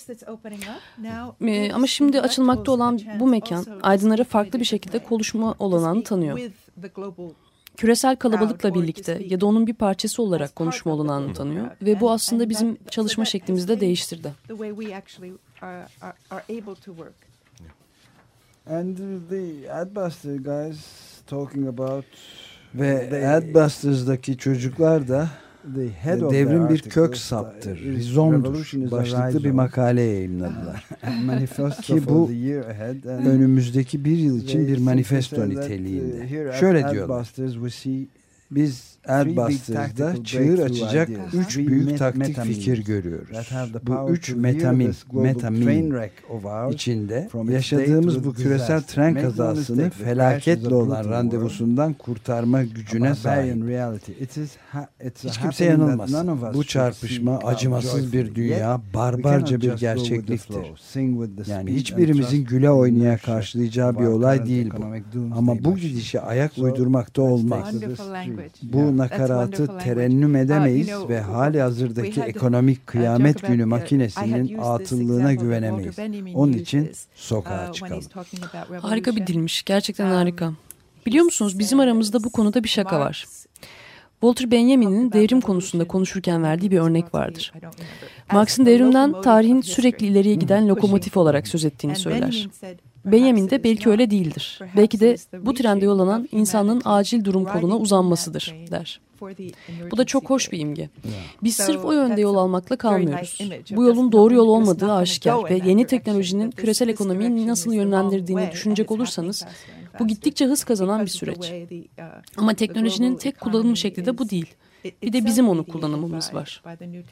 Ama şimdi açılmakta olan bu mekan aydınlara farklı bir şekilde konuşma olanağını tanıyor. Küresel kalabalıkla birlikte ya da onun bir parçası olarak konuşma olanağını tanıyor ve bu aslında bizim çalışma şeklimizi de değiştirdi. And the Adbuster guys talking about ve Adbusters'daki çocuklar da devrim bir kök saptır, rizomdur başlıklı bir makale yayımladılar. Ki bu önümüzdeki bir yıl için bir manifesto niteliğinde. Şöyle diyorlar. Biz Adbusters'da çığır açacak 3 büyük taktik fikir görüyoruz. Bu 3 metamin içinde yaşadığımız bu küresel tren kazasını felaketle olan randevusundan kurtarma gücüne sahip. Hiç kimse yanılmaz. Bu çarpışma acımasız bir dünya, barbarca bir gerçekliktir. Yani hiçbirimizin güle oynaya karşılayacağı bir olay değil bu. Ama bu gidişe ayak uydurmakta olmaz. Bu nakaratı terennüm edemeyiz ve hali hazırdaki ekonomik kıyamet günü makinesinin atıllığına güvenemeyiz. Onun için sokağa çıkalım. Harika bir dilmiş. Gerçekten harika. Biliyor musunuz bizim aramızda bu konuda bir şaka var. Walter Benjamin'in devrim konusunda konuşurken verdiği bir örnek vardır. Marx'ın devrimden tarihin sürekli ileriye giden lokomotif olarak söz ettiğini söyler. Benjamin de belki öyle değildir. Belki de bu trende yol alan insanlığın acil durum koluna uzanmasıdır der. Bu da çok hoş bir imge. Biz sırf o yönde yol almakla kalmıyoruz. Bu yolun doğru yol olmadığı aşikar ve yeni teknolojinin küresel ekonomiyi nasıl yönlendirdiğini düşünecek olursanız bu gittikçe hız kazanan bir süreç. Ama teknolojinin tek kullanım şekli de bu değil. Bir de bizim onu kullanımımız var.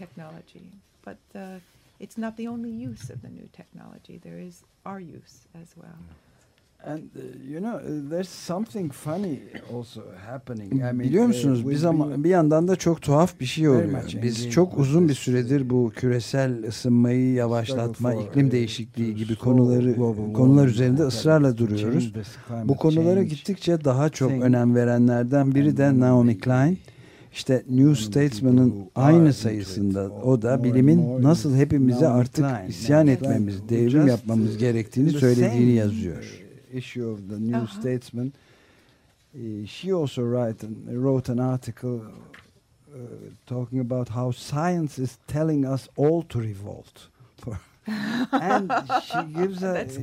It's not the only use of the new technology. There is our use as well. And you know, there's something funny also happening. Biliyor musunuz? Bir yandan da çok tuhaf bir şey oluyor. Biz çok uzun bir süredir bu küresel ısınmayı yavaşlatma, iklim değişikliği gibi konular üzerinde ısrarla duruyoruz. Bu konulara gittikçe daha çok önem verenlerden biri de Naomi Klein. İşte New Statesman'ın aynı sayısında o da bilimin nasıl hepimize artık isyan etmemiz, devrim yapmamız gerektiğini söylediğini yazıyor. Issue of the New Statesman, she also wrote an article talking about how science is telling us all to revolt. And she gives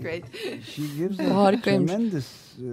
a tremendous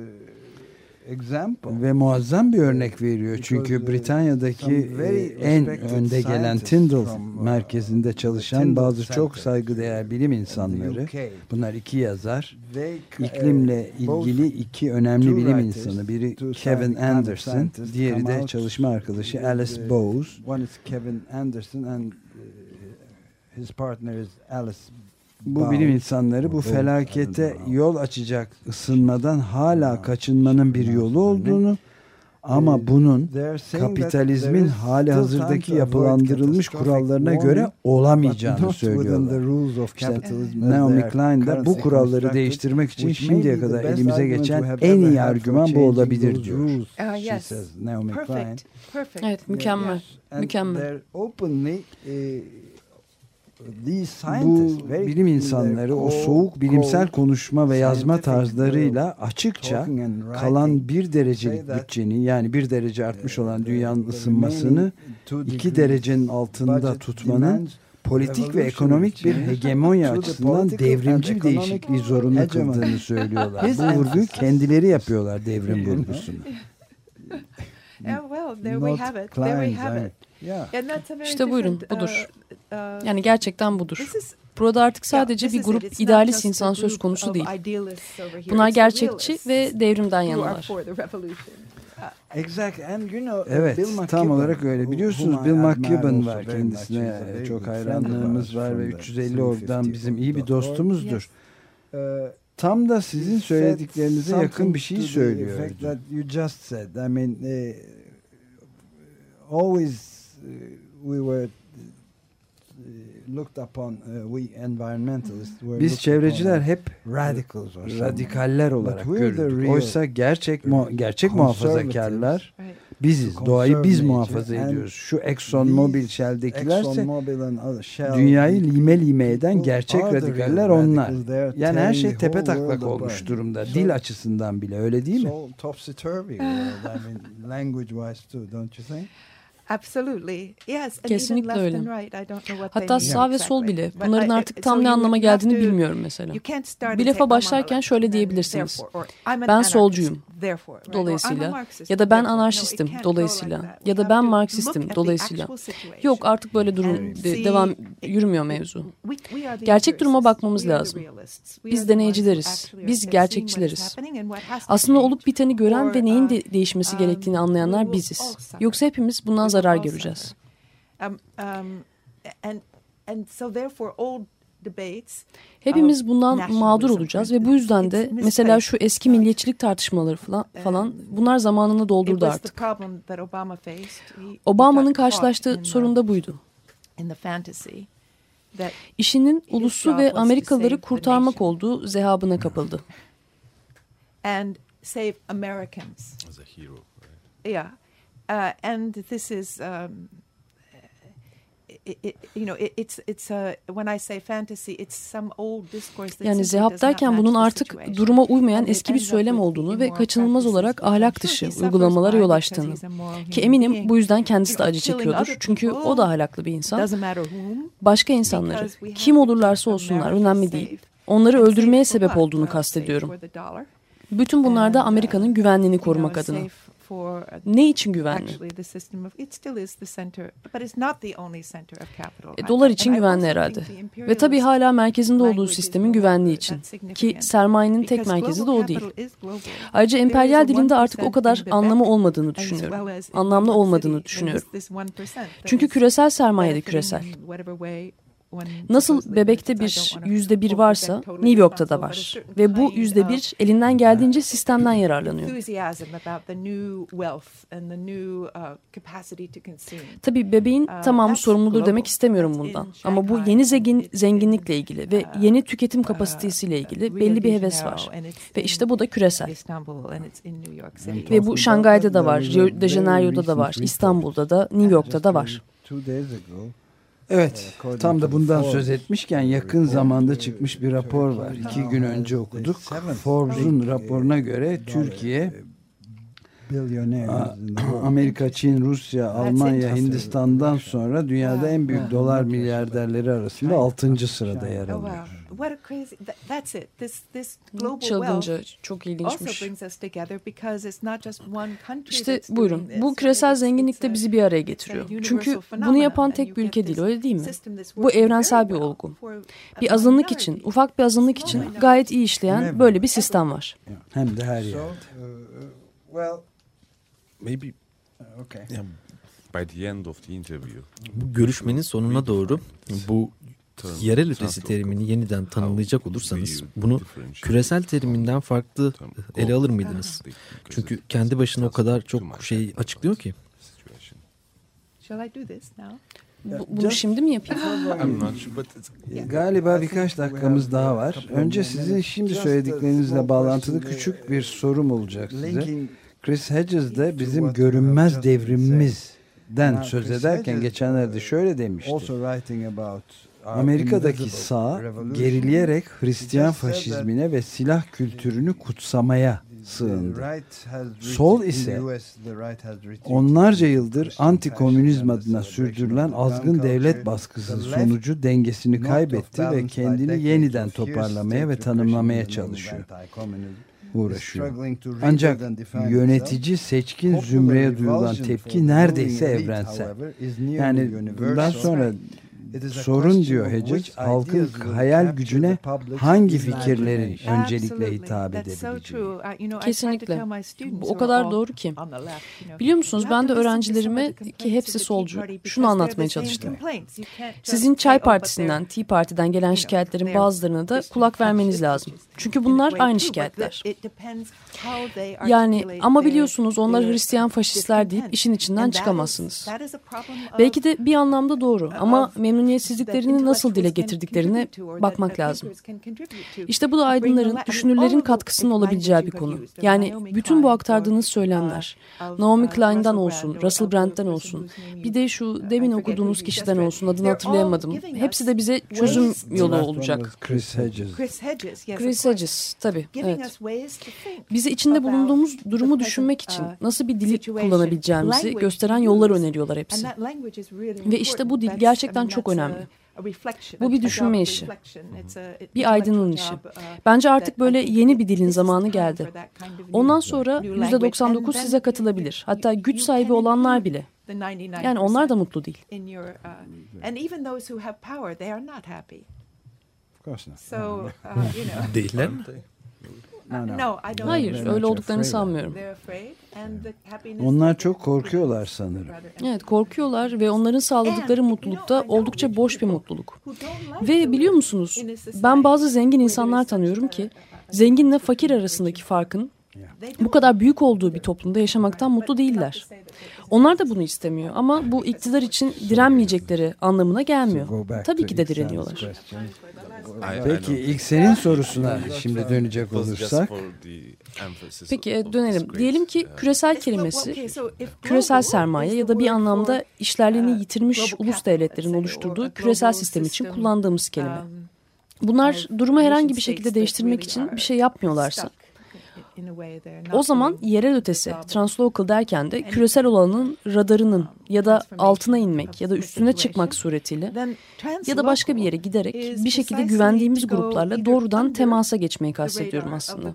ve muazzam bir örnek veriyor. Çünkü Britanya'daki en önde gelen Tyndall merkezinde çalışan bazı çok saygıdeğer bilim insanları, bunlar 2 yazar, iklimle ilgili 2 önemli bilim insanı. Biri Kevin Anderson, diğeri de çalışma arkadaşı Alice Bowes. One is Kevin Anderson and his partner is Alice. Bu bilim insanları bu felakete yol açacak ısınmadan hala kaçınmanın bir yolu olduğunu ama bunun kapitalizmin hali hazırdaki yapılandırılmış kurallarına göre olamayacağını söylüyorlar. İşte Naomi Klein de bu kuralları değiştirmek için şimdiye kadar elimize geçen en iyi argüman bu olabilir diyor. Naomi Klein. Evet, mükemmel. Mükemmel. bu bilim insanları o soğuk bilimsel konuşma ve yazma tarzlarıyla açıkça kalan 1 derecelik bütçenin, yani 1 derece artmış olan dünyanın ısınmasını 2 derecenin altında tutmanın politik ve ekonomik bir hegemonya açısından devrimci bir değişikliği zorunlu kıldığını söylüyorlar. Bu vurguyu kendileri yapıyorlar, devrim vurgusunu. İşte buyurun, budur. Yani gerçekten budur. Burada artık sadece bir grup idealist insan söz konusu değil. Bunlar gerçekçi ve devrimden yanılar. Evet, tam olarak öyle. Biliyorsunuz, Bill McKibben var, kendisine çok hayranlığımız var ve 350 ordudan bizim iyi bir dostumuzdur. Tam da sizin söylediklerinize yakın bir şey söylüyor. Biz çevreciler hep radikaller olarak görüldük. Oysa gerçek muhafazakarlar biziz. Doğayı biz muhafaza ediyoruz. Şu Exxon Mobil, Shell'dekilerse dünyayı lime lime eden gerçek radikaller onlar. Yani her şey tepe taklak olmuş durumda. Dil açısından bile, öyle değil mi? Kesinlikle öyle. Hatta sağ ve sol bile. Bunların artık tam ne anlama geldiğini bilmiyorum mesela. Bir lafa başlarken şöyle diyebilirsiniz. Ben solcuyum. Dolayısıyla. Ya da ben anarşistim. Dolayısıyla. Ya da ben Marksistim. Dolayısıyla. Yok, artık böyle devam yürümüyor mevzu. Gerçek duruma bakmamız lazım. Biz deneyicileriz. Biz gerçekçileriz. Aslında olup biteni gören ve neyin değişmesi gerektiğini anlayanlar biziz. Yoksa hepimiz bundan zarar göreceğiz. Hepimiz bundan mağdur olacağız ve bu yüzden de mesela şu eski milliyetçilik tartışmaları falan bunlar zamanını doldurdu artık. Obama'nın karşılaştığı sorun da buydu. İşinin ulusu ve Amerikalıları kurtarmak olduğu zehabına kapıldı. And save Americans. As a hero. Yeah. And this is when I say fantasy, it's some old discourse. Yani zehap derken bunun artık duruma uymayan eski bir söylem olduğunu ve kaçınılmaz olarak ahlak dışı uygulamalara yol açtığını. Ki eminim bu yüzden kendisi de acı çekiyordur. Çünkü o da ahlaklı bir insan. Başka insanları, kim olurlarsa olsunlar, önemli değil. Onları öldürmeye sebep olduğunu kastediyorum. Bütün bunlar da Amerika'nın güvenliğini korumak adına. Ne için güvenli? Dolar için güvenli herhalde. Ve tabii hala merkezinde olduğu sistemin güvenliği için. Ki sermayenin tek merkezi de o değil. Ayrıca emperyal dilinde artık o kadar anlamı olmadığını düşünüyorum. Anlamlı olmadığını düşünüyorum. Çünkü küresel sermaye de küresel. Nasıl bebekte bir %1 varsa New York'ta da var. Ve bu %1 elinden geldiğince sistemden yararlanıyor. Tabii bebeğin tamamı sorumludur demek istemiyorum bundan. Ama bu yeni zenginlikle ilgili ve yeni tüketim kapasitesiyle ilgili belli bir heves var. Ve işte bu da küresel. Ve bu Şangay'da da var, Rio de Janeiro'da da var, İstanbul'da da, New York'ta da var. Evet, tam da bundan söz etmişken yakın zamanda çıkmış bir rapor var. 2 gün önce okuduk. Forbes'un raporuna göre Türkiye, Amerika, Çin, Rusya, Almanya, Hindistan'dan sonra dünyada en büyük dolar milyarderleri arasında 6. sırada yer alıyor. Çılgınca, çok ilginçmiş. İşte buyurun, bu küresel zenginlik de bizi bir araya getiriyor. Çünkü bunu yapan tek bir ülke değil, öyle değil mi? Bu evrensel bir olgu. Bir azınlık için, ufak bir azınlık için gayet iyi işleyen böyle bir sistem var. Hem de her yerde. Maybe by the end of the interview. Bu görüşmenin sonuna doğru bu yerel ötesi terimini yeniden tanımlayacak olursanız bunu küresel teriminden farklı ele alır mıydınız? Çünkü kendi başına o kadar çok şey açıklıyor ki. Bunu şimdi mi yapayım? Galiba birkaç dakikamız daha var. Önce sizin şimdi söylediklerinizle bağlantılı küçük bir sorum olacak size. Chris Hedges de bizim görünmez devrimimizden söz ederken geçenlerde şöyle demişti. Amerika'daki sağ gerileyerek Hristiyan faşizmine ve silah kültürünü kutsamaya sığındı. Sol ise onlarca yıldır anti-komünizm adına sürdürülen azgın devlet baskısı sonucu dengesini kaybetti ve kendini yeniden toparlamaya ve tanımlamaya uğraşıyor. Ancak yönetici seçkin zümreye duyulan tepki neredeyse evrensel. Yani bundan sonra sorun diyor Hedges, halkın hayal gücüne hangi fikirlerin öncelikle hitap edebileceği. Kesinlikle. Bu o kadar doğru ki. Biliyor musunuz, ben de öğrencilerime, ki hepsi solcu, şunu anlatmaya çalıştım. Sizin Çay Partisi'nden, Tea Parti'den gelen şikayetlerin bazılarına da kulak vermeniz lazım. Çünkü bunlar aynı şikayetler. Yani ama biliyorsunuz onlar Hristiyan faşistler deyip işin içinden çıkamazsınız. Belki de bir anlamda doğru ama memnuniyetsizliklerini nasıl dile getirdiklerine bakmak lazım. İşte bu da aydınların, düşünürlerin katkısının olabileceği bir konu. Yani bütün bu aktardığınız söylemler, Naomi Klein'dan olsun, Russell Brand'den olsun, bir de şu demin okuduğumuz kişiden olsun, adını hatırlayamadım. Hepsi de bize çözüm yolu olacak. Chris Hedges, tabii. Evet. Bize içinde bulunduğumuz durumu düşünmek için nasıl bir dili kullanabileceğimizi gösteren yollar öneriyorlar hepsi. Ve işte bu dil gerçekten çok önemli. Bu bir düşünme işi. Bir aydının işi. Bence artık böyle yeni bir dilin zamanı geldi. Ondan sonra %99 size katılabilir. Hatta güç sahibi olanlar bile. Yani onlar da mutlu değil. Değiller mi? Hayır, öyle olduklarını sanmıyorum. Onlar çok korkuyorlar sanırım. Evet, korkuyorlar ve onların sağladıkları mutluluk da oldukça boş bir mutluluk. Ve biliyor musunuz, ben bazı zengin insanlar tanıyorum ki zenginle fakir arasındaki farkın bu kadar büyük olduğu bir toplumda yaşamaktan mutlu değiller. Onlar da bunu istemiyor ama bu iktidar için direnmeyecekleri anlamına gelmiyor. Tabii ki de direniyorlar. Peki ilk senin sorusuna şimdi dönecek olursak. Peki dönelim. Diyelim ki küresel kelimesi, küresel sermaye ya da bir anlamda işlerliğini yitirmiş ulus devletlerin oluşturduğu küresel sistem için kullandığımız kelime. Bunlar durumu herhangi bir şekilde değiştirmek için bir şey yapmıyorlarsa, o zaman yerel ötesi, translocal derken de küresel olanın radarının ya da altına inmek ya da üstüne çıkmak suretiyle ya da başka bir yere giderek bir şekilde güvendiğimiz gruplarla doğrudan temasa geçmeyi kastediyorum aslında.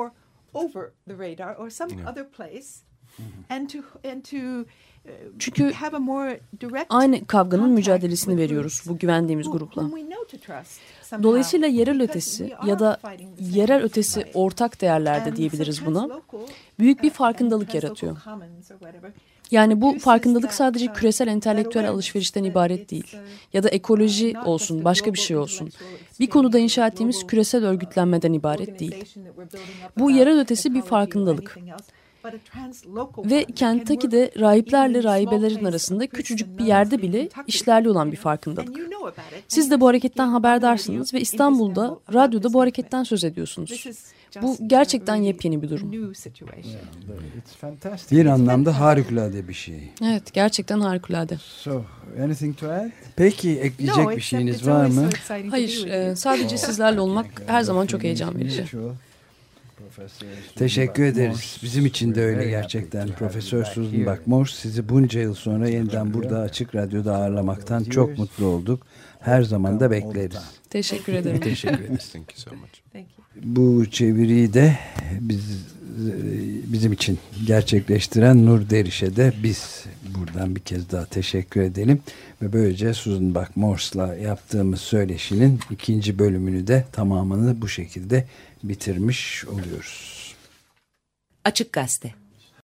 Çünkü aynı kavganın mücadelesini veriyoruz bu güvendiğimiz grupla. Dolayısıyla yerel ötesi ya da yerel ötesi ortak değerlerde diyebiliriz buna, büyük bir farkındalık yaratıyor. Yani bu farkındalık sadece küresel entelektüel alışverişten ibaret değil. Ya da ekoloji olsun, başka bir şey olsun. Bir konuda inşa ettiğimiz küresel örgütlenmeden ibaret değil. Bu yerel ötesi bir farkındalık. Ve Kentucky'de rahiplerle rahibelerin arasında küçücük bir yerde bile işlerli olan bir farkındalık. Siz de bu hareketten haberdarsınız ve İstanbul'da, radyoda bu hareketten söz ediyorsunuz. Bu gerçekten yepyeni bir durum. Bir anlamda harikulade bir şey. Evet, gerçekten harikulade. Peki ekleyecek bir şeyiniz var mı? Hayır, sadece sizlerle olmak her zaman çok heyecan verici. Teşekkür ederiz. Bizim için de öyle gerçekten. Profesör Susan Buck-Morss, sizi bunca yıl sonra yeniden burada Açık Radyo'da ağırlamaktan çok mutlu olduk. Her zaman da bekleriz. Teşekkür ederim. Teşekkür ederiz. Bu çeviriyi de bizim için gerçekleştiren Nur Deriş'e de biz buradan bir kez daha teşekkür edelim. Ve böylece Susan Buck-Morss'la yaptığımız söyleşinin ikinci bölümünü de tamamını bu şekilde bitirmiş oluyoruz. Açık Gazete.